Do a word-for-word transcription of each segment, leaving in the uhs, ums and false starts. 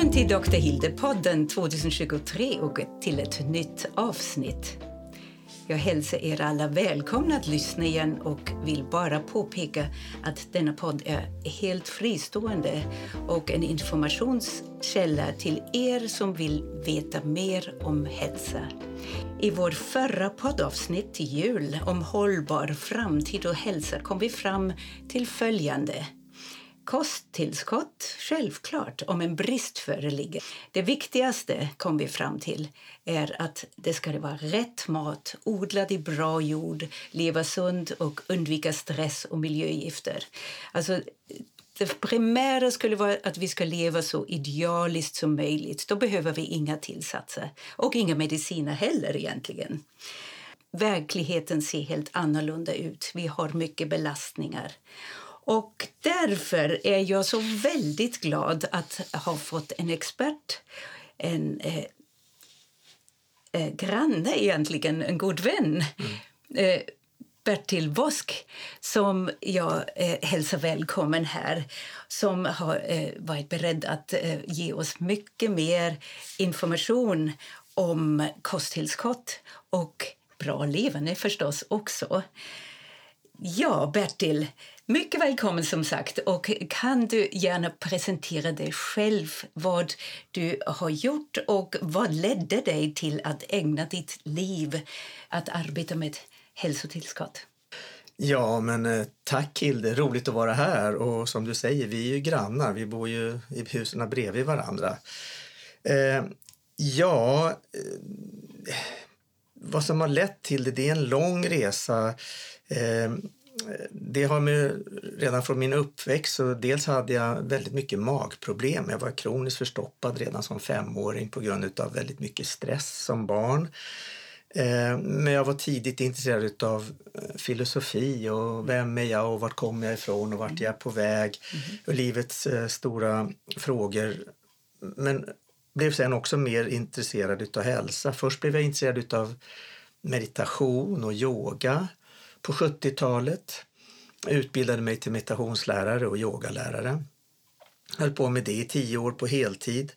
Välkommen till doktor Hilde-podden tjugohundratjugotre och till ett nytt avsnitt. Jag hälsar er alla välkomna att lyssna igen och vill bara påpeka att denna podd är helt fristående och en informationskälla till er som vill veta mer om hälsa. I vår förra poddavsnitt till jul om hållbar framtid och hälsa kom vi fram till följande. Kosttillskott, självklart, om en brist föreligger. Det viktigaste kom vi fram till är att det ska vara rätt mat, odlad i bra jord, leva sund och undvika stress och miljögifter. Alltså, det primära skulle vara att vi ska leva så idealiskt som möjligt. Då behöver vi inga tillsatser och inga mediciner heller egentligen. Verkligheten ser helt annorlunda ut. Vi har mycket belastningar. Och därför är jag så väldigt glad att ha fått en expert, en eh, eh, granne egentligen, en god vän, mm. eh, Bertil Vosk, som jag eh, hälsar välkommen här, som har eh, varit beredd att eh, ge oss mycket mer information om kosttillskott och bra levande förstås också. Ja, Bertil, mycket välkommen som sagt, och kan du gärna presentera dig själv, vad du har gjort och vad ledde dig till att ägna ditt liv att arbeta med hälsotillskott? Ja, men eh, tack Hilde, roligt att vara här, och som du säger, vi är ju grannar, vi bor ju i husen bredvid varandra. Eh, ja, eh, vad som har lett till det, det är en lång resa. Eh, det har med, redan från min uppväxt, så dels hade jag väldigt mycket magproblem. Jag var kroniskt förstoppad redan som femåring på grund av väldigt mycket stress som barn. Eh, men jag var tidigt intresserad av filosofi och vem är jag och vart kommer jag ifrån och vart jag är på väg mm. och livets eh, stora frågor. Men blev sen också mer intresserad av hälsa. Först blev jag intresserad av meditation och yoga på sjuttiotalet. Jag utbildade mig till meditationslärare och yogalärare. Jag höll på med det i tio år på heltid.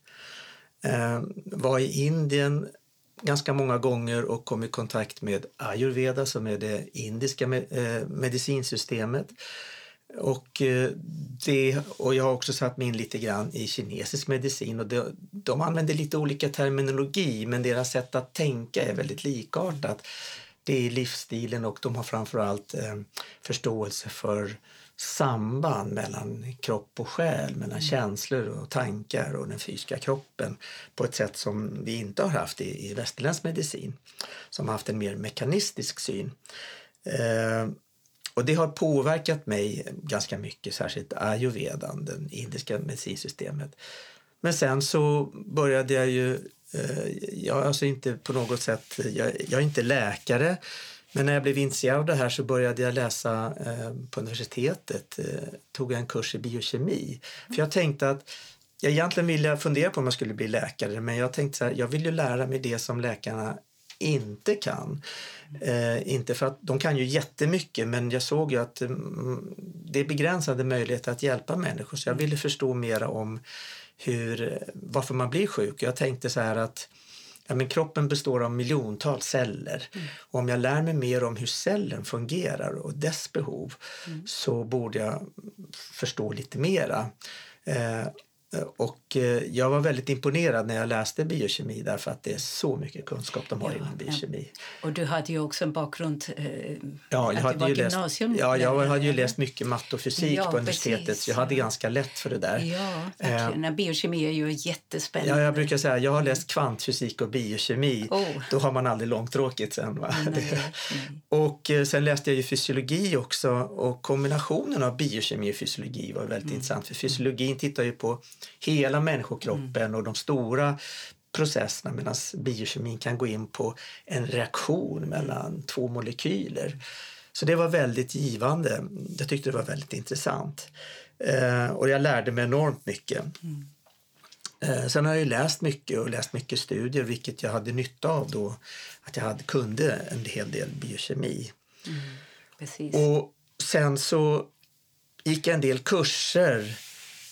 Eh, var i Indien ganska många gånger och kom i kontakt med ayurveda, som är det indiska med, eh, medicinsystemet. Och, eh, det, och jag har också satt mig in lite grann i kinesisk medicin, och det, de använder lite olika terminologi, men deras sätt att tänka är väldigt likartat. Det är livsstilen, och de har framförallt eh, förståelse för samband mellan kropp och själ, mellan mm. känslor och tankar och den fysiska kroppen på ett sätt som vi inte har haft i, i västerländsk medicin, som har haft en mer mekanistisk syn. Eh, och det har påverkat mig ganska mycket, särskilt ayurvedan, det indiska medicinsystemet. Men sen så började jag ju Jag är alltså inte på något sätt, jag, jag är inte läkare, men när jag blev intresserad av det här så började jag läsa eh, på universitetet, eh, tog jag en kurs i biokemi. För jag tänkte att, jag egentligen ville fundera på om jag skulle bli läkare, men jag tänkte så här, jag vill ju lära mig det som läkarna inte kan. Eh, inte för att de kan ju jättemycket, men jag såg ju att mm, det är begränsade möjligheter att hjälpa människor, så jag ville förstå mer om hur, varför man blir sjuk. Jag tänkte så här att ja, men kroppen består av miljontals celler. Mm. Och om jag lär mig mer om hur cellen fungerar och dess behov mm. så borde jag förstå lite mera. Eh, och jag var väldigt imponerad när jag läste biokemi, därför att det är så mycket kunskap de har ja, inom biokemi. Ja. Och du hade ju också en bakgrund eh, ja, jag hade ju läst, ja, jag hade ju läst mycket matte och fysik ja, på universitetet, precis. Så jag hade ganska lätt för det där. Ja, verkligen. Eh, biokemi är ju jättespännande. Ja, jag brukar säga, jag har läst kvantfysik och biokemi. Oh. Då har man aldrig långtråkigt sen. Va? Nej, nej. Och eh, sen läste jag ju fysiologi också, och kombinationen av biokemi och fysiologi var väldigt mm. intressant. För fysiologin tittar ju på hela människokroppen mm. och de stora processerna, medan biokemin kan gå in på en reaktion mellan två molekyler. Så det var väldigt givande. Jag tyckte det var väldigt intressant. Eh, och jag lärde mig enormt mycket. Mm. Eh, sen har jag ju läst mycket och läst mycket studier, vilket jag hade nytta av då, att jag hade, kunde en hel del biokemi. Mm. Precis. Och sen så gick jag en del kurser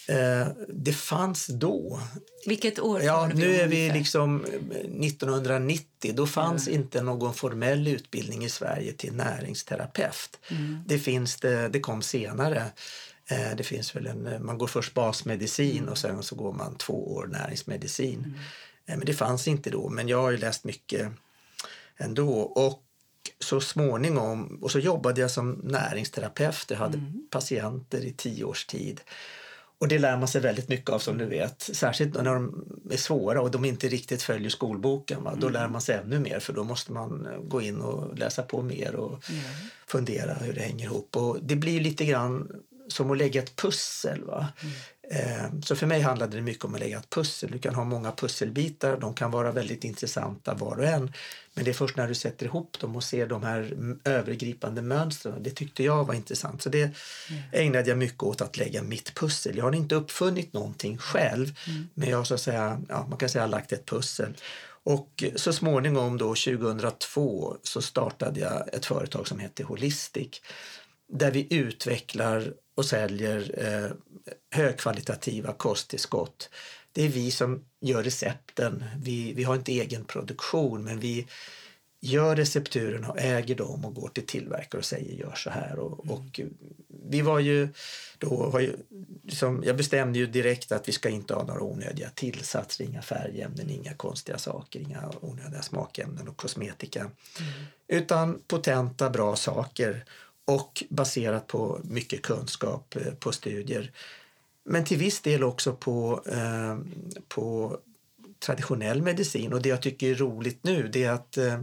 Eh, det fanns då. Vilket år? Ja, vi nu är vi ungefär? liksom nittonhundranittio. Då fanns ja. inte någon formell utbildning i Sverige till näringsterapeut. Mm. Det finns det, det kom senare. Eh, det finns väl en, man går först basmedicin mm. och sen så går man två år näringsmedicin. Mm. Eh, men det fanns inte då. Men jag har ju läst mycket ändå. Och så småningom, och så jobbade jag som näringsterapeut. Jag hade mm. patienter i tio års tid. Och det lär man sig väldigt mycket av, som du vet. Särskilt när de är svåra och de inte riktigt följer skolboken. Va? Då lär man sig ännu mer, för då måste man gå in och läsa på mer och mm. fundera hur det hänger ihop. Och det blir lite grann som att lägga ett pussel. Va? Mm. Eh, så för mig handlade det mycket om att lägga ett pussel. Du kan ha många pusselbitar, de kan vara väldigt intressanta var och en. Men det är först när du sätter ihop dem och ser de här övergripande mönstren. Det tyckte jag var intressant. Så det mm. ägnade jag mycket åt, att lägga mitt pussel. Jag har inte uppfunnit någonting själv. Mm. Men jag har så att säga, ja, man kan säga lagt ett pussel. Och så småningom då tjugohundratvå så startade jag ett företag som heter Holistic. Där vi utvecklar och säljer eh, högkvalitativa kosttillskott. Det är vi som gör recepten. Vi, vi har inte egen produktion, men vi gör recepturen och äger dem och går till tillverkare och säger gör så här. Och, mm. och vi var ju då, var ju, liksom, jag bestämde ju direkt att vi ska inte ha några onödiga tillsatser, inga färgämnen, inga konstiga saker, inga onödiga smakämnen och kosmetika. Mm. Utan potenta, bra saker. Och baserat på mycket kunskap på studier. Men till viss del också på, eh, på traditionell medicin. Och det jag tycker är roligt nu, det är att eh,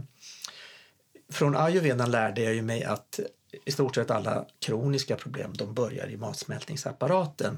från ayurveda lärde jag ju mig att i stort sett alla kroniska problem, de börjar i matsmältningsapparaten.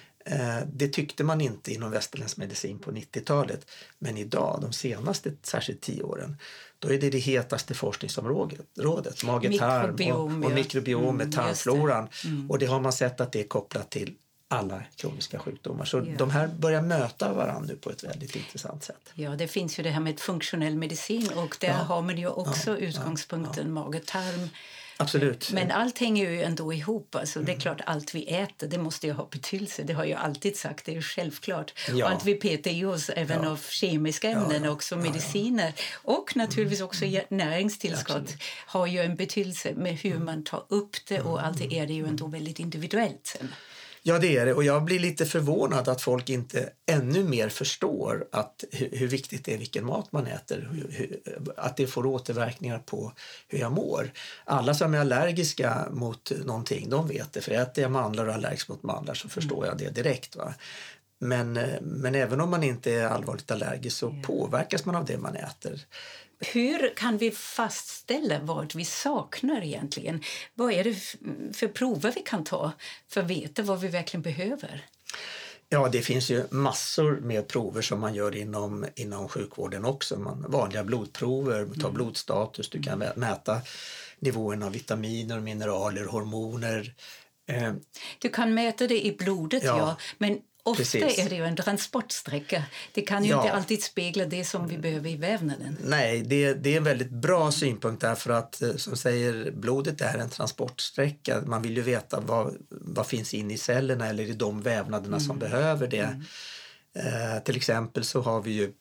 Eh, det tyckte man inte inom västerländsk medicin på nittiotalet. Men idag, de senaste särskilt tio åren, då är det det hetaste forskningsområdet, mage-tarm och, och mikrobiom med mm, tarmfloran. Mm. Och det har man sett att det är kopplat till alla kroniska sjukdomar. Så ja. de här börjar möta varandra nu på ett väldigt intressant sätt. Ja, det finns ju det här med funktionell medicin, och där ja. har man ju också ja. utgångspunkten ja. mage-tarm. Absolut. Men allt hänger ju ändå ihop. Alltså, det är klart, allt vi äter, det måste ju ha betydelse. Det har jag alltid sagt, det är ju självklart. Ja. Och allt vi petar i oss, även ja. av kemiska ämnen, ja. också mediciner. Ja, ja. Och naturligtvis också näringstillskott Absolut. har ju en betydelse med hur man tar upp det. Och allt det är det ju ändå väldigt individuellt sen. Ja, det är det. Och jag blir lite förvånad att folk inte ännu mer förstår att hur, hur viktigt det är vilken mat man äter. Hur, hur, att det får återverkningar på hur jag mår. Alla som är allergiska mot någonting, de vet det. För äter jag mandlar och är allergisk mot mandlar så förstår jag det direkt. Va? Men, men även om man inte är allvarligt allergisk så mm. påverkas man av det man äter. Hur kan vi fastställa vad vi saknar egentligen? Vad är det för prover vi kan ta för att veta vad vi verkligen behöver? Ja, det finns ju massor med prover som man gör inom, inom sjukvården också. Man, vanliga blodprover, ta mm. blodstatus, du kan mäta nivåerna av vitaminer, mineraler, hormoner. Eh, du kan mäta det i blodet, ja, ja men ofta Precis. är det ju en transportsträcka. Det kan ju ja. inte alltid spegla det som vi behöver i vävnaden. Nej, det, det är en väldigt bra synpunkt därför att, som säger, blodet är en transportsträcka. Man vill ju veta vad, vad finns in i cellerna eller i de vävnaderna mm. som behöver det. Mm. Eh, till exempel så har vi ju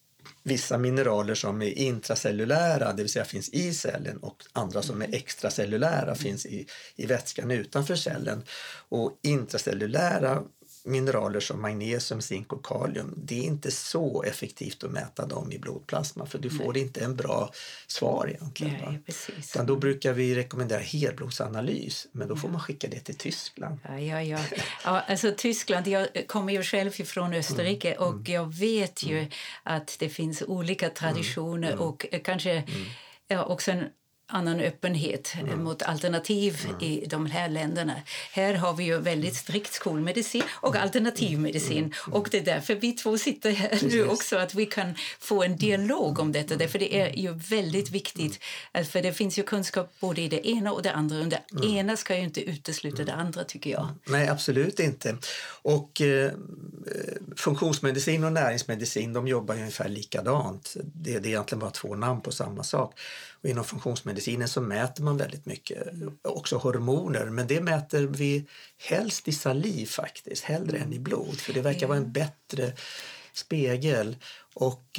vissa mineraler som är intracellulära, det vill säga finns i cellen, och andra som är extracellulära mm. finns i, i vätskan utanför cellen. Och intracellulära mineraler som magnesium, zink och kalium, det är inte så effektivt att mäta dem i blodplasma, för du Nej. får inte en bra svar egentligen. Ja, precis. Utan då brukar vi rekommendera helblodsanalys, men då får man skicka det till Tyskland. Ja, ja, ja. ja alltså Tyskland, jag kommer ju själv ifrån Österrike mm, och mm, jag vet ju mm. att det finns olika traditioner mm, mm, och kanske mm. ja, också en annan öppenhet mm. mot alternativ mm. i de här länderna. Här har vi ju väldigt strikt skolmedicin och alternativmedicin. Mm. Mm. Och det är därför vi två sitter här Precis. nu också, att vi kan få en dialog om detta. Därför det är ju väldigt viktigt. För det finns ju kunskap både i det ena och det andra. Och det mm. ena ska ju inte utesluta det andra, tycker jag. Nej, absolut inte. Och eh, funktionsmedicin och näringsmedicin, de jobbar ju ungefär likadant. Det, det är egentligen bara två namn på samma sak. Och inom funktionsmedicinen så mäter man väldigt mycket, också hormoner, men det mäter vi helst i saliv faktiskt, hellre än i blod, för det verkar vara en bättre spegel. Och,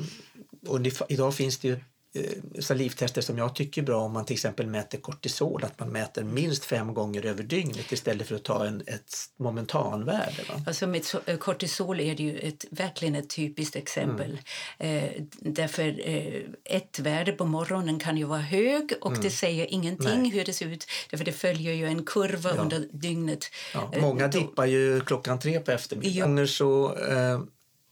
och det, idag finns det ju salivtester som jag tycker är bra om man till exempel mäter kortisol, att man mäter minst fem gånger över dygnet istället för att ta en, ett momentanvärde. Va? Alltså med kortisol är det ju ett, verkligen ett typiskt exempel. Mm. Eh, därför eh, ett värde på morgonen kan ju vara hög och mm. det säger ingenting Nej. hur det ser ut. Därför det följer ju en kurva ja. under dygnet. Ja, många eh, dippar ju klockan tre på eftermiddagen. Ja. Så... Eh,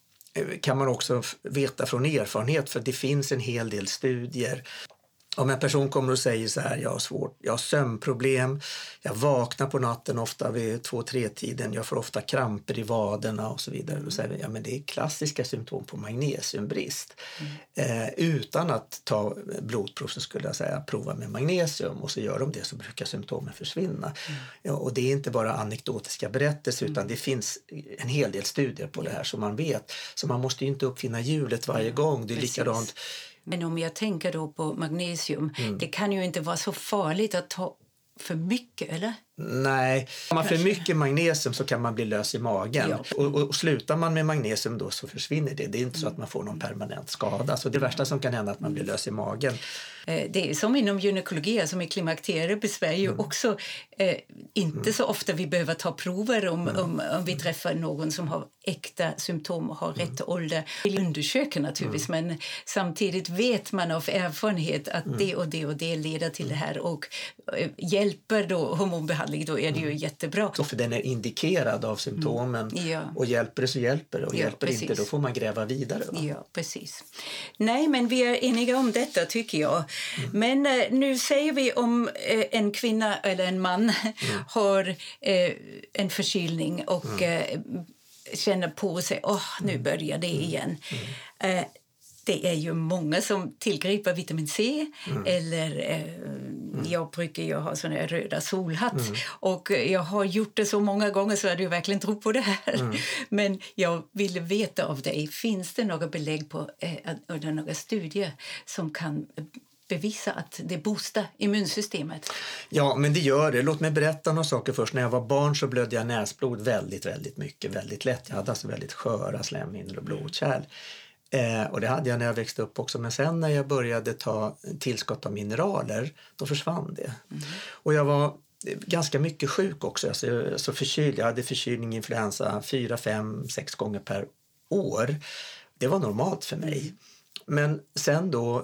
kan man också veta från erfarenhet, för det finns en hel del studier. Om en person kommer och säger så här, jag har svårt, jag har sömnproblem, jag vaknar på natten ofta vid två, tre tiden, jag får ofta kramper i vaderna och så vidare. Då säger vi, ja men det är klassiska symptom på magnesiumbrist. Mm. Eh, utan att ta blodprov så skulle jag säga prova med magnesium, och så gör de det så brukar symptomen försvinna. Mm. Ja, och det är inte bara anekdotiska berättelser utan mm. det finns en hel del studier på det här som man vet. Så man måste ju inte uppfinna hjulet varje gång, det är Precis. likadant. Men om jag tänker då på magnesium, mm. det kan ju inte vara så farligt att ta för mycket, eller? Nej, om man för mycket magnesium så kan man bli lös i magen. Ja. Och, och, och slutar man med magnesium då så försvinner det. Det är inte så att man får någon permanent skada. Så det värsta som kan hända är att man blir lös i magen. Det är som inom gynekologi, som i klimakteriet besvär ju mm. också eh, inte mm. så ofta vi behöver ta prover om, mm. om, om vi träffar någon som har äkta symptom och har mm. rätt ålder. Vi undersöker naturligtvis, mm. men samtidigt vet man av erfarenhet att mm. det och det och det leder till mm. det här, och eh, hjälper då hormonbehandling, då är det ju mm. jättebra. Så för den är indikerad av symptomen mm. ja. och hjälper det så hjälper det, och ja, hjälper precis. inte då får man gräva vidare. Va? Ja, precis. Nej, men vi är eniga om detta tycker jag. Mm. Men eh, nu säger vi om eh, en kvinna eller en man mm. har eh, en förkylning och mm. eh, känner på sig, åh, oh, nu börjar det igen. Mm. Eh, det är ju många som tillgriper vitamin C mm. eller eh, mm. jag brukar ju ha sån här röda solhatt mm. och jag har gjort det så många gånger så att jag verkligen tror på det här. Mm. Men jag ville veta av dig, finns det några belägg på eh, eller några studier som kan bevisa att det boostar immunsystemet? Ja, men det gör det. Låt mig berätta några saker först. När jag var barn så blödde jag näsblod väldigt, väldigt mycket, väldigt lätt. Jag hade alltså väldigt sköra slemhinnor och blodkärl. Eh, och det hade jag när jag växte upp också. Men sen när jag började ta tillskott av mineraler, då försvann det. Mm. Och jag var ganska mycket sjuk också. Alltså, alltså förkyld. Jag hade förkylning, influensa fyra, fem, sex gånger per år. Det var normalt för mig. Men sen då,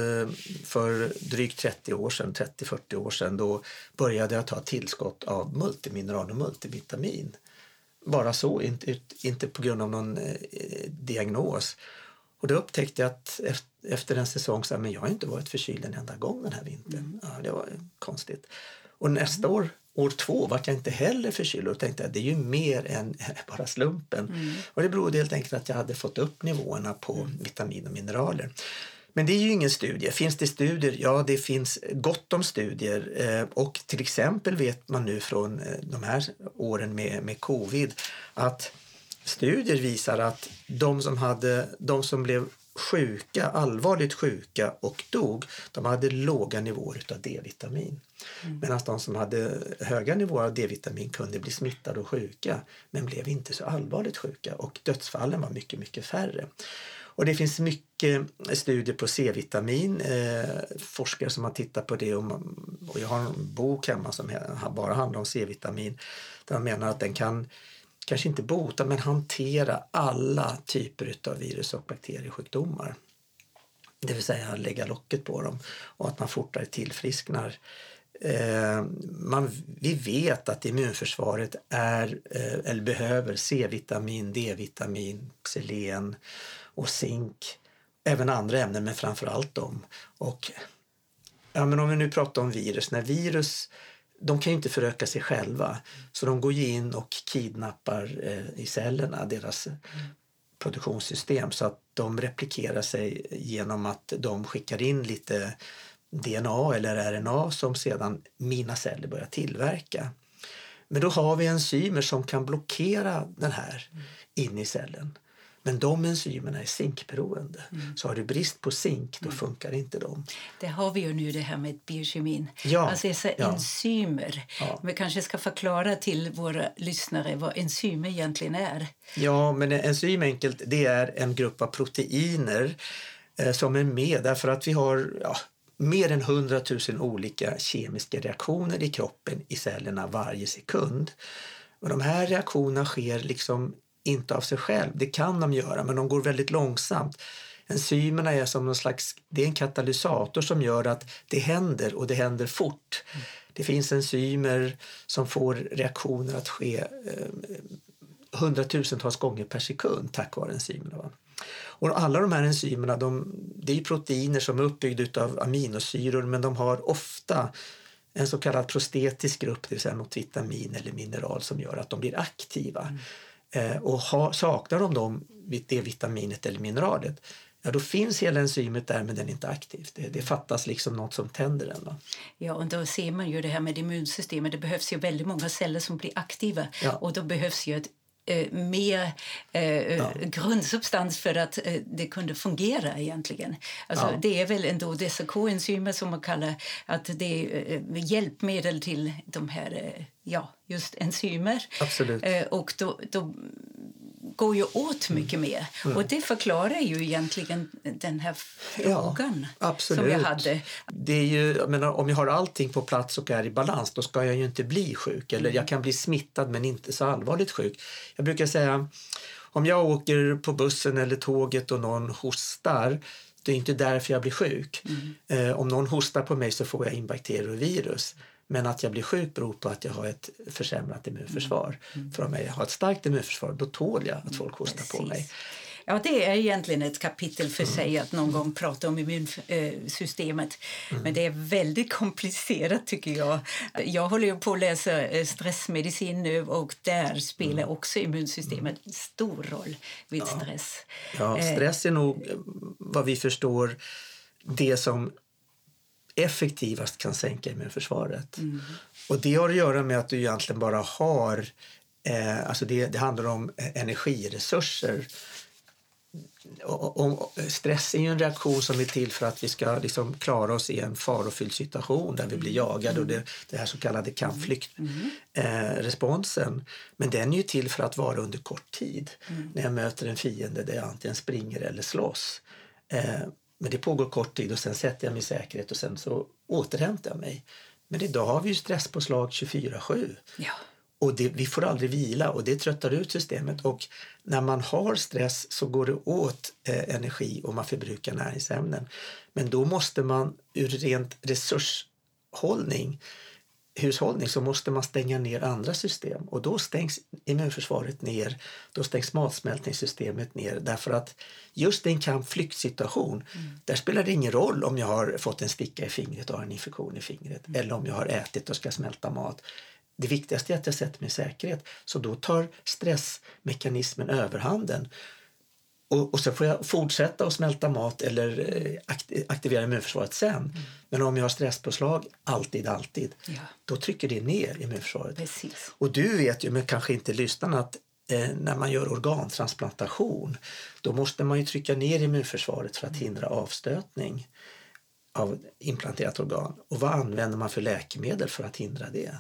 för drygt trettio år sedan, trettio till fyrtio år sedan, då började jag ta tillskott av multimineral och multivitamin. Bara så, inte, inte på grund av någon diagnos. Och då upptäckte jag att efter en säsong så här, men jag har inte varit förkyld en enda gång den här vintern. Mm. Ja, det var konstigt. Och nästa år, år två, var jag inte heller förkyld och tänkte att det är ju mer än bara slumpen. Mm. Och det berodde helt enkelt att jag hade fått upp nivåerna på mm. vitamin och mineraler. Men det är ju ingen studie. Finns det studier? Ja, det finns gott om studier. Och till exempel vet man nu från de här åren med, med covid att studier visar att de som, hade, de som blev sjuka, allvarligt sjuka och dog, de hade låga nivåer av D-vitamin. Mm. Medan de som hade höga nivåer av D-vitamin kunde bli smittade och sjuka, men blev inte så allvarligt sjuka, och dödsfallen var mycket, mycket färre. Och det finns mycket studier på C-vitamin, eh, forskare som har tittat på det, och, och jag har en bok hemma som bara handlar om C-vitamin, där de menar att den kan kanske inte bota, men hantera alla typer av virus- och bakteriesjukdomar. Det vill säga lägga locket på dem och att man fortare tillfrisknar. Eh, man, vi vet att immunförsvaret är, eh, eller behöver C-vitamin, D-vitamin, selen och zink. Även andra ämnen, men framförallt dem. Och, ja, men om vi nu pratar om virus, när virus... De kan ju inte föröka sig själva, så de går in och kidnappar eh, i cellerna, deras mm. produktionssystem, så att de replikerar sig genom att de skickar in lite D N A eller R N A som sedan mina celler börjar tillverka. Men då har vi enzymer som kan blockera den här mm. in i cellen. Men de enzymerna är zinkberoende. Mm. Så har du brist på zink, då mm. funkar inte de. Det har vi ju nu det här med biokemin. Ja. Alltså dessa ja. enzymer. Ja. Vi kanske ska förklara till våra lyssnare vad enzymer egentligen är. Ja, men enzym enkelt, det är en grupp av proteiner eh, som är med därför att vi har ja, mer än hundratusen olika kemiska reaktioner i kroppen i cellerna varje sekund. Och de här reaktionerna sker liksom inte av sig själv. Det kan de göra, men de går väldigt långsamt. Enzymerna är som någon slags, det är en katalysator som gör att det händer och det händer fort. Mm. Det finns enzymer som får reaktioner att ske eh, hundratusentals gånger per sekund tack vare enzymerna. Va? Och alla de här enzymerna, de, det är ju proteiner som är uppbyggda av aminosyror, men de har ofta en så kallad prostetisk grupp, det vill säga något vitamin eller mineral som gör att de blir aktiva. Mm. Eh, och ha, saknar de dem, det vitaminet eller mineralet, ja, då finns hela enzymet där men den är inte aktiv. Det, det fattas liksom något som tänder den. Va? Ja, och då ser man ju det här med immunsystemet. Det behövs ju väldigt många celler som blir aktiva. Ja. Och då behövs ju ett eh, mer eh, ja. grundsubstans för att eh, det kunde fungera egentligen. Alltså, ja. Det är väl ändå dessa koenzymer som man kallar att det är eh, hjälpmedel till de här, eh, ja, just enzymer. Absolut. Eh, och då, då går ju åt mycket mer. Mm. Och det förklarar ju egentligen den här frågan ja, som jag hade. Det är ju, jag menar, om jag har allting på plats och är i balans, då ska jag ju inte bli sjuk. Eller mm. jag kan bli smittad men inte så allvarligt sjuk. Jag brukar säga, om jag åker på bussen eller tåget och någon hostar, det är inte därför jag blir sjuk. Mm. Eh, om någon hostar på mig så får jag in bakterier och virus. Men att jag blir sjuk beror på att jag har ett försämrat immunförsvar. Mm. För om jag har ett starkt immunförsvar, då tål jag att folk hostar Precis. På mig. Ja, det är egentligen ett kapitel för mm. sig att någon gång prata om immunsystemet. Mm. Men det är väldigt komplicerat tycker jag. Jag håller ju på att läsa stressmedicin nu och där spelar mm. också immunsystemet en stor roll vid ja. stress. Ja, stress är nog vad vi förstår det som effektivast kan sänka immunförsvaret. Mm. Och det har att göra med att du egentligen bara har, eh, alltså det, det handlar om energiresurser. Och, och, stress är ju en reaktion som är till för att vi ska liksom klara oss i en farofylld situation där vi blir jagade mm. och det, det här så kallade kampflyktresponsen. Mm. Eh, Men den är ju till för att vara under kort tid. Mm. När jag möter en fiende där jag antingen springer eller slåss. Eh, Men det pågår kort tid och sen sätter jag mig i säkerhet och sen så återhämtar jag mig. Men idag har vi ju stresspåslag tjugofyra sju. Ja. Och det, vi får aldrig vila och det tröttar ut systemet. Och när man har stress så går det åt eh, energi och man förbrukar näringsämnen. Men då måste man ur rent resurshållning, hushållning så måste man stänga ner andra system. Och då stängs immunförsvaret ner, då stängs matsmältningssystemet ner. Därför att just i en kampflyktsituation, mm. där spelar det ingen roll om jag har fått en sticka i fingret och har en infektion i fingret. Mm. Eller om jag har ätit och ska smälta mat. Det viktigaste är att jag sätter mig i säkerhet. Så då tar stressmekanismen överhanden. Och, och så får jag fortsätta att smälta mat eller eh, aktivera immunförsvaret sen. Mm. Men om jag har stresspåslag, alltid, alltid, ja. Då trycker det ner immunförsvaret. Precis. Och du vet ju, men kanske inte lyssnarna, att eh, när man gör organtransplantation, då måste man ju trycka ner immunförsvaret för att hindra avstötning av implanterat organ. Och vad använder man för läkemedel för att hindra det?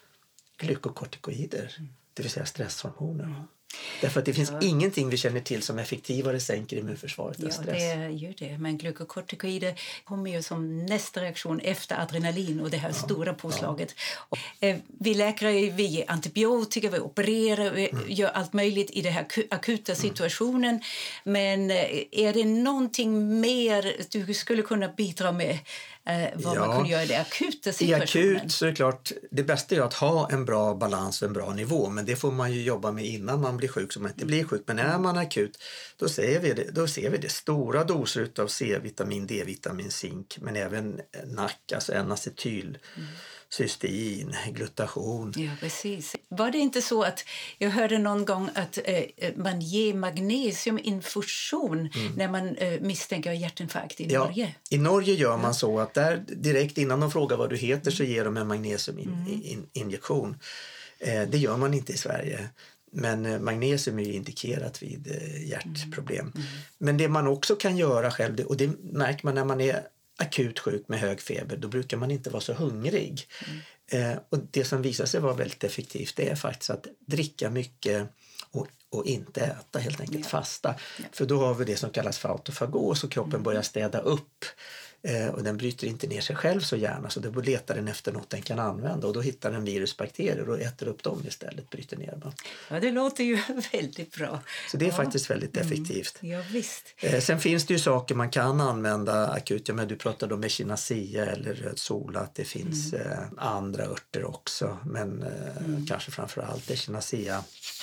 Glykokortikoider, mm. det vill säga stresshormoner. Mm. Därför att det finns ja. ingenting vi känner till som effektivare sänker immunförsvaret än ja, stress. Ja, det gör det. Men glykokortikoider kommer ju som nästa reaktion efter adrenalin och det här ja. stora påslaget. Ja. Och, eh, vi läkare, vi ger antibiotika, vi opererar, vi mm. gör allt möjligt i den här akuta situationen. Mm. Men eh, är det någonting mer du skulle kunna bidra med? Eh, vad ja, man kunde göra i det akuta situationen. I akut så är det klart, det bästa är att ha en bra balans och en bra nivå. Men det får man ju jobba med innan man blir sjuk så man inte blir sjuk. Men när man är akut, då ser vi det, då ser vi det stora doser av C-vitamin, D-vitamin, zink. Men även N A C, alltså N-acetyl. Mm. Cystein, glutation. Ja, precis. Var det inte så att jag hörde någon gång att eh, man ger magnesiuminfusion mm. när man eh, misstänker hjärtinfarkt i ja, Norge? I Norge gör man ja. så att där direkt innan de frågar vad du heter så ger de en magnesiuminjektion. Mm. Eh, det gör man inte i Sverige. men magnesium är ju indikerat vid hjärtproblem. Mm. Mm. Men det man också kan göra själv, och det märker man när man är akut sjuk med hög feber, då brukar man inte vara så hungrig. Mm. Eh, och det som visar sig vara väldigt effektivt, det är faktiskt att dricka mycket och, och inte äta, helt enkelt ja. fasta. Ja. För då har vi det som kallas för autofagos och kroppen mm. börjar städa upp. Eh, och den bryter inte ner sig själv så gärna, så då letar den efter något den kan använda och då hittar den virusbakterier och äter upp dem istället, bryter ner dem. Ja, det låter ju väldigt bra. Så det är ja. faktiskt väldigt effektivt. Mm. Ja, visst. Eh, sen finns det ju saker man kan använda akut. Ja, men du pratade om echinacea eller röd sola, att det finns mm. eh, andra örter också, men eh, mm. kanske framförallt echinacea.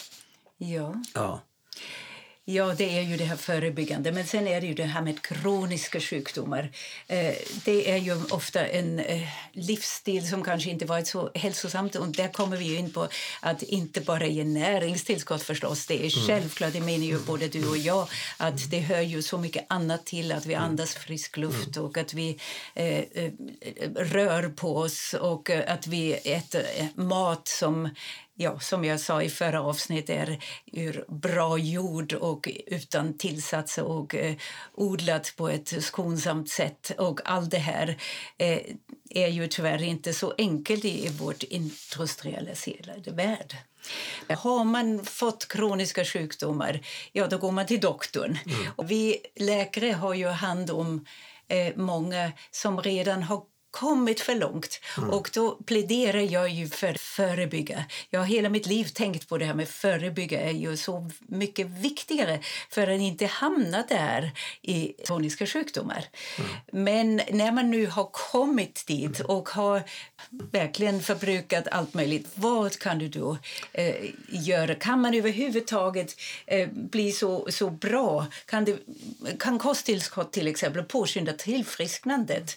Ja. Ja. Ja, det är ju det här förebyggande. Men sen är det ju det här med kroniska sjukdomar. Eh, det är ju ofta en eh, livsstil som kanske inte varit så hälsosamt. Och där kommer vi ju in på att inte bara ge näringstillskott förstås. Det är mm. självklart, det menar ju både du och jag, att det hör ju så mycket annat till. Att vi andas frisk luft och att vi eh, rör på oss och att vi äter mat som... Ja, som jag sa i förra avsnittet, är ur bra jord och utan tillsatser och eh, odlat på ett skonsamt sätt. Och allt det här eh, är ju tyvärr inte så enkelt i, i vårt industrialiserade värld. Har man fått kroniska sjukdomar, ja då går man till doktorn. Mm. Och vi läkare har ju hand om eh, många som redan har kommit för långt. Mm. Och då pläderar jag ju för förebygga. Jag har hela mitt liv tänkt på det här med förebygga är ju så mycket viktigare för att inte hamna där i kroniska sjukdomar. Mm. Men när man nu har kommit dit och har verkligen förbrukat allt möjligt, vad kan du då eh, göra? Kan man överhuvudtaget eh, bli så, så bra? Kan, det, kan kosttillskott till exempel påskynda tillfrisknandet?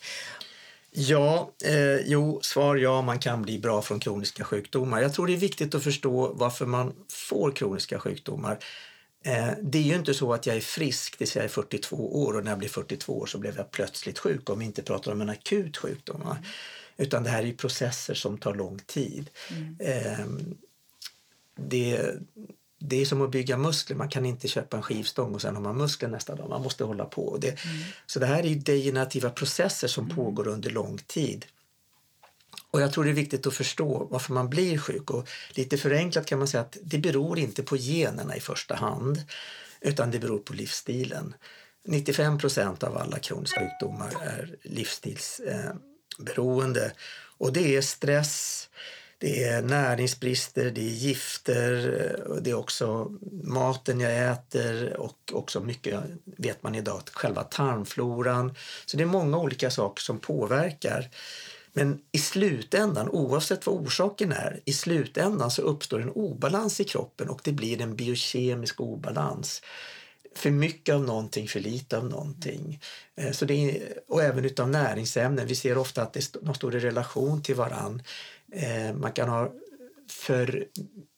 Ja, eh, jo, svar ja, man kan bli bra från kroniska sjukdomar. Jag tror det är viktigt att förstå varför man får kroniska sjukdomar. Eh, det är ju inte så att jag är frisk tills jag är fyrtiotvå år och när jag blir fyrtiotvå år så blev jag plötsligt sjuk, om vi inte pratar om en akut sjukdom. Mm. Utan det här är ju processer som tar lång tid. Mm. Eh, det... Det är som att bygga muskler. Man kan inte köpa en skivstång och sen har man muskler nästa dag. Man måste hålla på. Det, mm. Så det här är ju degenerativa processer som mm. pågår under lång tid. Och jag tror det är viktigt att förstå varför man blir sjuk. Och lite förenklat kan man säga att det beror inte på generna i första hand, utan det beror på livsstilen. nittiofem procent av alla kroniska sjukdomar är livsstilsberoende. Och det är stress, det är näringsbrister, det är gifter, och det är också maten jag äter och också mycket, vet man idag, själva tarmfloran. Så det är många olika saker som påverkar. Men i slutändan, oavsett vad orsaken är, i slutändan så uppstår en obalans i kroppen och det blir en biokemisk obalans. För mycket av någonting, för lite av någonting. Så det är, och även utav näringsämnen. Vi ser ofta att det, de står i relation till varann. Man kan ha för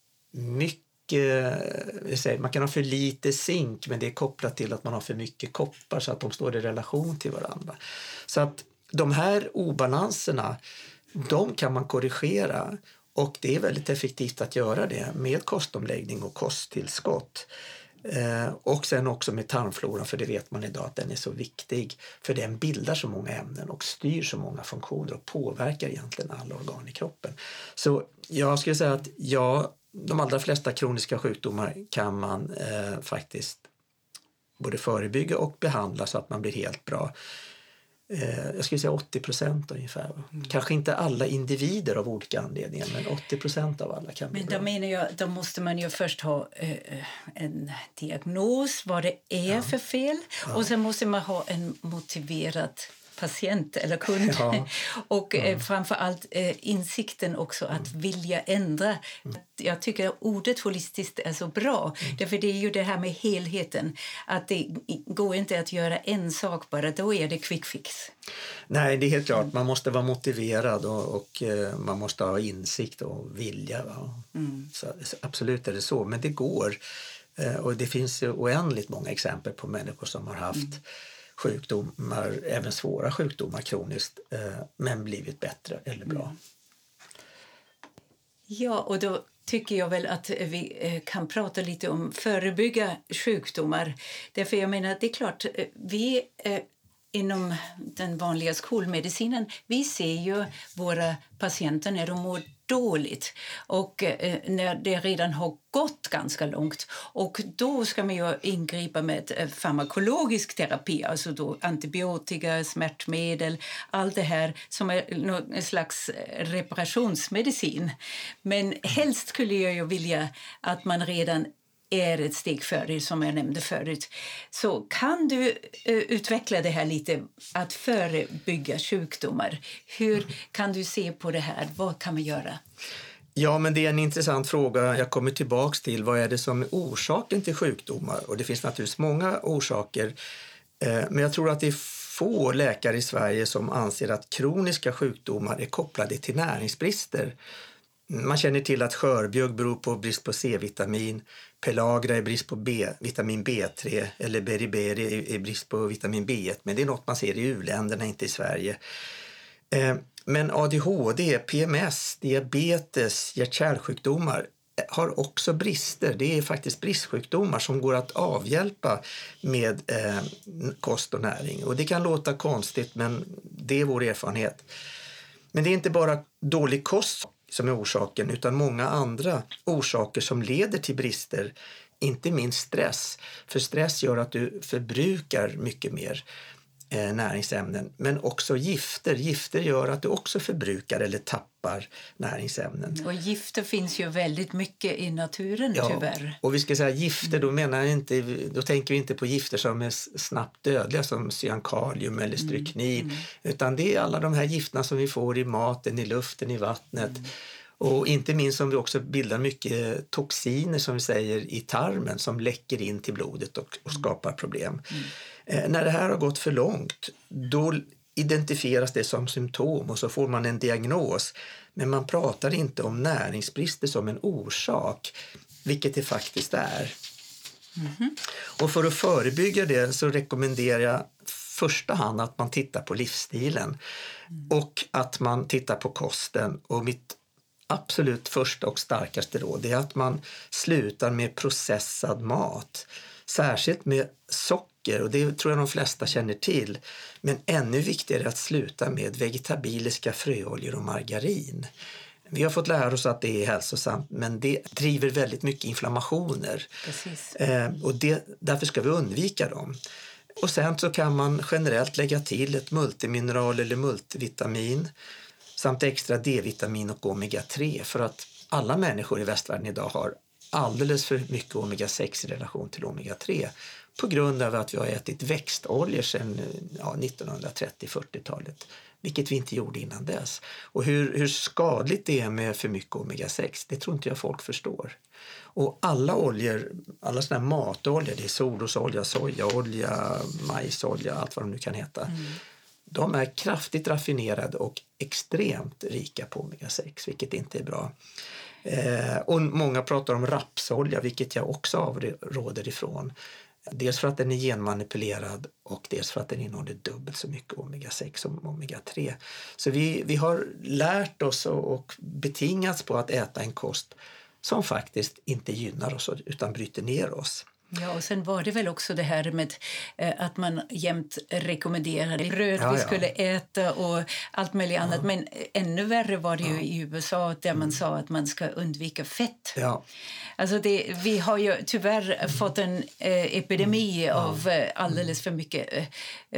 mycket, man kan ha för lite zink, men det är kopplat till att man har för mycket koppar så att de står i relation till varandra. Så att de här obalanserna, de kan man korrigera och det är väldigt effektivt att göra det med kostomläggning och kosttillskott. Eh, och sen också med tarmfloran, för det vet man idag att den är så viktig, för den bildar så många ämnen och styr så många funktioner och påverkar egentligen alla organ i kroppen. Så jag skulle säga att ja, de allra flesta kroniska sjukdomar kan man eh, faktiskt både förebygga och behandla så att man blir helt bra. Eh, jag skulle säga åttio procent ungefär. Mm. Kanske inte alla individer av olika anledningar, men åttio procent av alla kan bli men bra. Men då menar jag, då måste man ju först ha eh, en diagnos, vad det är ja. för fel. Ja. Och sen måste man ha en motiverad patient eller kund. Ja. och ja. Eh, framförallt eh, insikten också att mm. vilja ändra. Mm. Jag tycker att ordet holistiskt är så bra. Mm. Därför det är ju det här med helheten. Att det går inte att göra en sak bara, då är det quick fix. Nej, det är helt klart. Man måste vara motiverad och, och eh, man måste ha insikt och vilja. Va? Mm. Så, absolut är det så, men det går. Eh, och det finns ju oändligt många exempel på människor som har haft mm. sjukdomar, även svåra sjukdomar kroniskt, eh, men blivit bättre eller bra. Mm. Ja, och då tycker jag väl att vi kan prata lite om förebygga sjukdomar. Därför jag menar, det är klart, vi inom den vanliga skolmedicinen, vi ser ju våra patienter när de mår dåligt och eh, när det redan har gått ganska långt. Och då ska man ju ingripa med eh, farmakologisk terapi, alltså då antibiotika, smärtmedel, allt det här som är någon slags reparationsmedicin. Men helst skulle jag ju vilja att man redan är ett steg före, som jag nämnde förut. Så kan du uh, utveckla det här lite, att förebygga sjukdomar? Hur kan du se på det här? Vad kan man göra? Ja, men det är en intressant fråga. Jag kommer tillbaka till vad är det som är orsaken till sjukdomar? Och det finns naturligtvis många orsaker. Eh, men jag tror att det är få läkare i Sverige som anser att kroniska sjukdomar är kopplade till näringsbrister. Man känner till att skörbjugg beror på brist på C-vitamin, pelagra är brist på B, vitamin B tre eller beriberi är brist på vitamin B ett. Men det är något man ser i u-länderna, inte i Sverige. Eh, men A D H D, P M S, diabetes, hjärt-kärlsjukdomar har också brister. Det är faktiskt bristsjukdomar som går att avhjälpa med eh, kost och näring. Och det kan låta konstigt, men det är vår erfarenhet. Men det är inte bara dålig kost som är orsaken, utan många andra orsaker som leder till brister, inte minst stress. För stress gör att du förbrukar mycket mer eh, näringsämnen, men också gifter. Gifter gör att du också förbrukar eller tappar näringsämnen. Och gifter finns ju väldigt mycket i naturen, ja, tyvärr. Och vi ska säga gifter, då menar jag inte, då tänker vi inte på gifter som är snabbt dödliga som cyankalium eller stryknin, mm. Mm. utan det är alla de här gifterna som vi får i maten, i luften, i vattnet. Mm. Och inte minst som vi också bildar mycket toxiner, som vi säger, i tarmen som läcker in till blodet och, och skapar problem. Mm. Eh, när det här har gått för långt, då identifieras det som symptom och så får man en diagnos. Men man pratar inte om näringsbrister som en orsak, vilket det faktiskt är. Mm-hmm. Och för att förebygga det så rekommenderar jag första hand att man tittar på livsstilen mm. och att man tittar på kosten. Och mitt absolut första och starkaste råd är att man slutar med processad mat. Särskilt med socker, och det tror jag de flesta känner till. Men ännu viktigare är att sluta med vegetabiliska fröoljor och margarin. Vi har fått lära oss att det är hälsosamt, men det driver väldigt mycket inflammationer. Precis. Eh, och det, därför ska vi undvika dem. Och sen så kan man generellt lägga till ett multimineral eller multivitamin samt extra D-vitamin och omega tre, för att alla människor i västvärlden idag har alldeles för mycket omega sex i relation till omega tre på grund av att vi har ätit växtoljor sedan ja, nittonhundratrettio till fyrtiotalet, vilket vi inte gjorde innan dess. Och hur, hur skadligt det är med för mycket omega sex, det tror inte jag folk förstår. Och alla oljor, alla sådana här matoljor, det är solrosolja, sojaolja, majsolja, allt vad de nu kan heta. Mm. De är kraftigt raffinerade och extremt rika på omega sex, vilket inte är bra. Eh, och många pratar om rapsolja, vilket jag också avråder ifrån. Dels för att den är genmanipulerad och dels för att den innehåller dubbelt så mycket omega sex som omega tre. Så vi, vi har lärt oss och, och betingats på att äta en kost som faktiskt inte gynnar oss utan bryter ner oss. Ja, och sen var det väl också det här med eh, att man jämt rekommenderade bröd ja, vi ja. skulle äta och allt möjligt annat. Ja. Men ännu värre var det ju ja. i U S A där man mm. sa att man ska undvika fett. Ja. Alltså det, vi har ju tyvärr mm. fått en eh, epidemi mm. av eh, alldeles för mycket eh,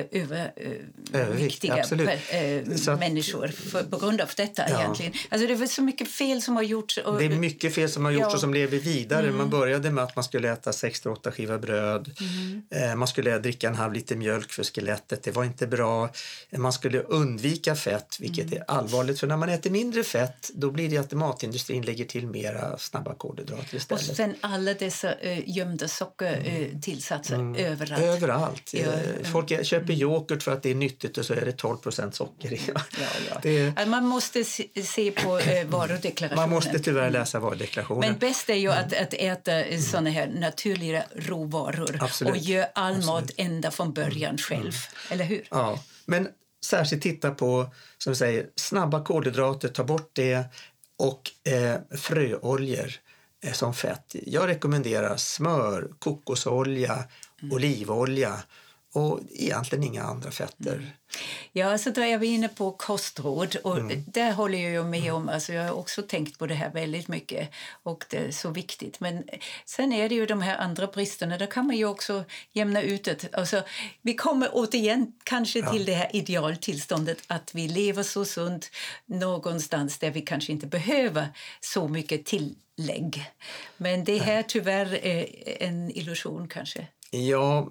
överviktiga eh, människor för, på grund av detta ja. egentligen. Alltså det var så mycket fel som har gjorts. Och, det är mycket fel som har gjorts ja. och som lever vidare. Mm. Man började med att man skulle äta sex till åtta skiva bröd. Mm. Eh, man skulle dricka en halv liter mjölk för skelettet. Det var inte bra. Man skulle undvika fett, vilket mm. är allvarligt. För när man äter mindre fett, då blir det att matindustrin lägger till mera snabba kolhydrater istället. Och sen alla dessa uh, gömda sockertillsatser uh, mm. överallt. Överallt. Ja, folk mm. köper yoghurt för att det är nyttigt och så är det tolv procent socker i. Ja, ja. Det... Alltså man måste se, se på uh, varudeklarationen. Man måste tyvärr läsa varudeklarationen. Men bäst är ju mm. att, att äta mm. såna här naturliga råvaror. Absolut. Och göra all Absolut. mat ända från början själv. Mm. Eller hur? Ja, men särskilt titta på, som vi säger, snabba kolhydrater, ta bort det. och eh, fröoljor eh, som fett. Jag rekommenderar smör, kokosolja, mm. olivolja och egentligen inga andra fetter. Mm. Ja, så då är vi inne på kostråd och mm. där håller jag ju med om. Alltså jag har också tänkt på det här väldigt mycket och det är så viktigt. Men sen är det ju de här andra bristerna, där kan man ju också jämna ut det. Alltså, vi kommer återigen kanske ja. till det här idealtillståndet att vi lever så sunt någonstans där vi kanske inte behöver så mycket tillägg. Men det här tyvärr är en illusion kanske. Ja,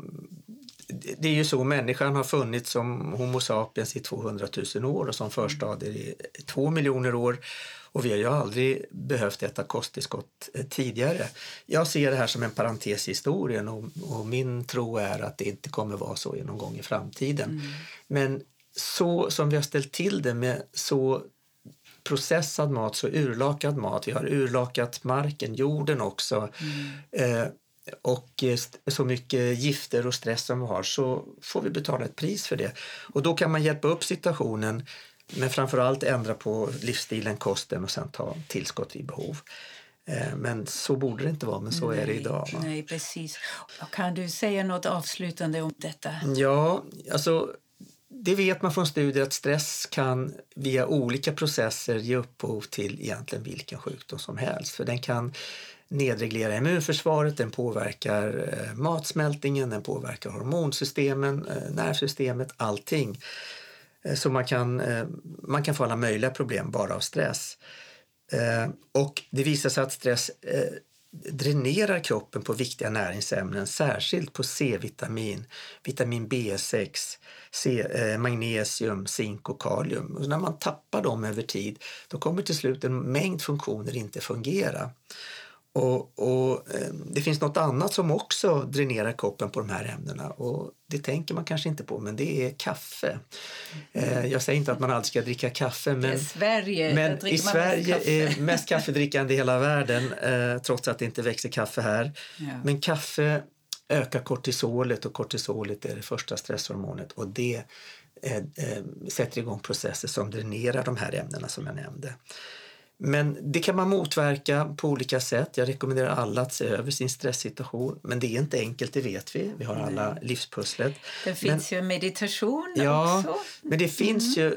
det är ju så, människan har funnits som Homo sapiens i tvåhundratusen år och som förstadier i två miljoner år. Och vi har ju aldrig behövt äta kosttillskott tidigare. Jag ser det här som en parentes i historien och, och min tro är att det inte kommer vara så någon gång i framtiden. Mm. Men så som vi har ställt till det med så processad mat, så urlakad mat. Vi har urlakat marken, jorden också. Mm. Eh, och så mycket gifter och stress som vi har, så får vi betala ett pris för det. Och då kan man hjälpa upp situationen, men framförallt ändra på livsstilen, kosten och sen ta tillskott vid behov. Men så borde det inte vara, men så nej, är det idag. Va? Nej, precis. Kan du säga något avslutande om detta? Ja, alltså det vet man från studier att stress kan via olika processer ge upphov till egentligen vilken sjukdom som helst. För den kan nedreglera immunförsvaret, den påverkar eh, matsmältningen, den påverkar hormonsystemen, eh, nervsystemet, allting. Eh, så man kan, eh, man kan få alla möjliga problem bara av stress. Eh, och det visar sig att stress eh, dränerar kroppen på viktiga näringsämnen, särskilt på C-vitamin, vitamin B sex, C, eh, magnesium, zink och kalium. Och när man tappar dem över tid, då kommer till slut en mängd funktioner inte fungera. Och, och eh, det finns något annat som också dränerar kroppen på de här ämnena, och det tänker man kanske inte på, men det är kaffe. Eh, jag säger inte att man alltid ska dricka kaffe, men, i Sverige, men i Sverige mest är mest kaffedrickande i hela världen, eh, trots att det inte växer kaffe här. Ja. Men kaffe ökar kortisolet, och kortisolet är det första stresshormonet, och det eh, eh, sätter igång processer som dränerar de här ämnena som jag nämnde. Men det kan man motverka på olika sätt. Jag rekommenderar alla att se över sin stresssituation. Men det är inte enkelt, det vet vi. Vi har alla livspusslet. Det finns men, ju meditation ja, också. Men det finns mm. ju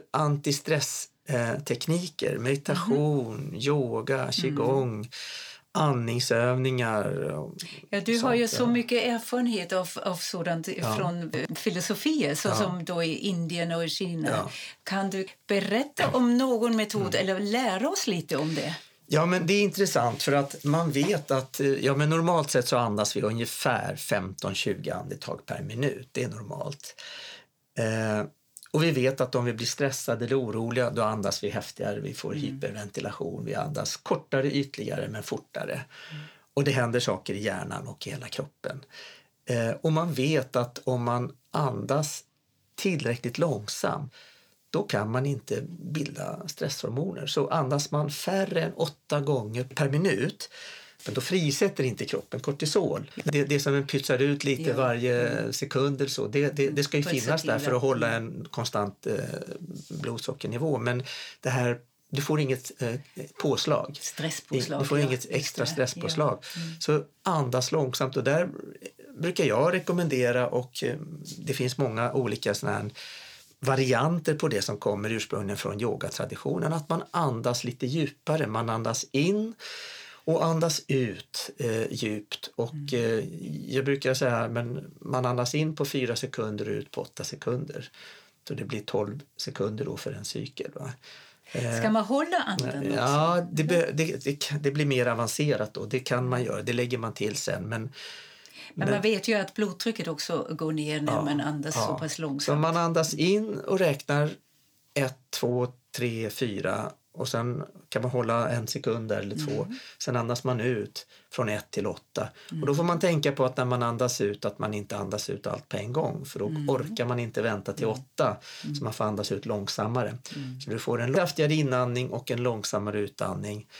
antistresstekniker. Meditation, mm. yoga, qigong. Mm. andningsövningar. Ja, du har ju så mycket erfarenhet av, av sådant ja. från filosofier så ja. som då i Indien och i Kina. Ja. Kan du berätta om någon metod mm. eller lära oss lite om det? Ja, men det är intressant för att man vet att ja, men normalt sett så andas vi ungefär femton till tjugo andetag per minut. Det är normalt. Eh, Och vi vet att om vi blir stressade eller oroliga, då andas vi häftigare, vi får mm. hyperventilation, vi andas kortare, ytligare men fortare. Mm. Och det händer saker i hjärnan och i hela kroppen. Eh, och man vet att om man andas tillräckligt långsamt, då kan man inte bilda stresshormoner. Så andas man färre än åtta gånger per minut, men då frisätter inte kroppen kortisol. Det, det som en pytsar ut lite ja. varje sekund eller så, det, det, det ska ju finnas där för att hålla en konstant eh, blodsockernivå. Men det här, du får inget eh, påslag. Stresspåslag. Du får ja. inget extra stresspåslag. Ja. Mm. Så andas långsamt, och där brukar jag rekommendera, och eh, det finns många olika såna här varianter på det som kommer ursprungligen från yogatraditionen, att man andas lite djupare. Man andas in och andas ut eh, djupt. Och mm. eh, jag brukar säga men man andas in på fyra sekunder och ut på åtta sekunder. Så det blir tolv sekunder då för en cykel. Va? Eh, Ska man hålla andan också? Ja, det, det, det, det blir mer avancerat då. Det kan man göra, det lägger man till sen. Men, men, men man vet ju att blodtrycket också går ner när ja, man andas ja. så pass långsamt. Så man andas in och räknar ett, två, tre, fyra. Och sen kan man hålla en sekund eller två. Mm. Sen andas man ut från ett till åtta. Mm. Och då får man tänka på att när man andas ut, att man inte andas ut allt på en gång. För då mm. orkar man inte vänta till åtta. Mm. Så man får andas ut långsammare. Mm. Så du får en kraftigare inandning och en långsammare utandning.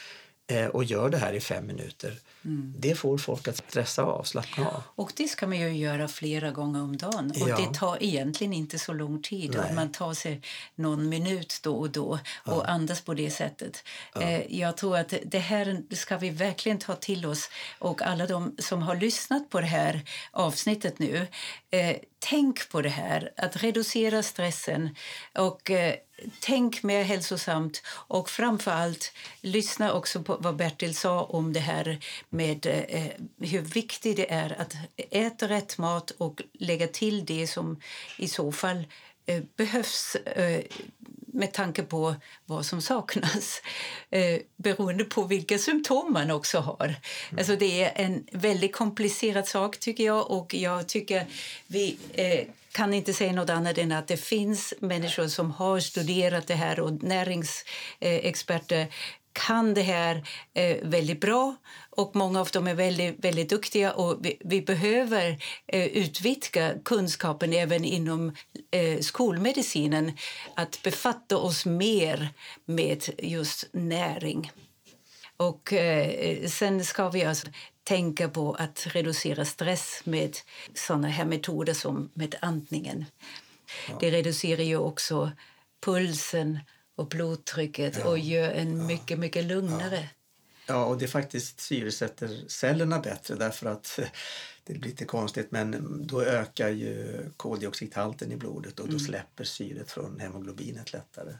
eh, och gör det här i fem minuter. Mm. Det får folk att stressa av, slappna av. Och det ska man ju göra flera gånger om dagen. Och ja. det tar egentligen inte så lång tid. Och man tar sig någon minut då och då och ja. andas på det sättet. Ja. Eh, jag tror att det här ska vi verkligen ta till oss. Och alla de som har lyssnat på det här avsnittet nu, eh, tänk på det här. Att reducera stressen och eh, tänk mer hälsosamt. Och framförallt lyssna också på vad Bertil sa om det här med eh, hur viktigt det är att äta rätt mat och lägga till det som i så fall eh, behövs eh, med tanke på vad som saknas, eh, beroende på vilka symptom man också har. Mm. Alltså det är en väldigt komplicerad sak tycker jag, och jag tycker vi eh, kan inte säga något annat än att det finns människor som har studerat det här och näringsexperter eh, kan det här eh, väldigt bra, och många av dem är väldigt, väldigt duktiga, och vi, vi behöver eh, utvidga kunskapen även inom eh, skolmedicinen, att befatta oss mer med just näring. Och eh, sen ska vi alltså tänka på att reducera stress med såna här metoder som med andningen. Ja. Det reducerar ju också pulsen och blodtrycket ja. och gör en ja. mycket, mycket lugnare. Ja. ja, och det faktiskt syresätter cellerna bättre, därför att det blir lite konstigt, men då ökar ju koldioxidhalten i blodet och då mm. släpper syret från hemoglobinet lättare.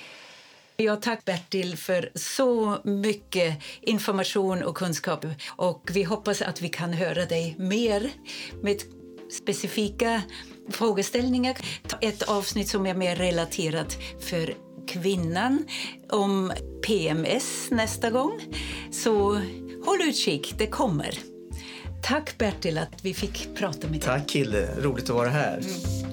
Jag tackar Bertil för så mycket information och kunskap, och vi hoppas att vi kan höra dig mer med specifika frågeställningar. Ett avsnitt som är mer relaterat för kvinnan om P M S nästa gång. Så håll utkik, det kommer. Tack Bertil att vi fick prata med dig. Tack Hilde, roligt att vara här. Mm.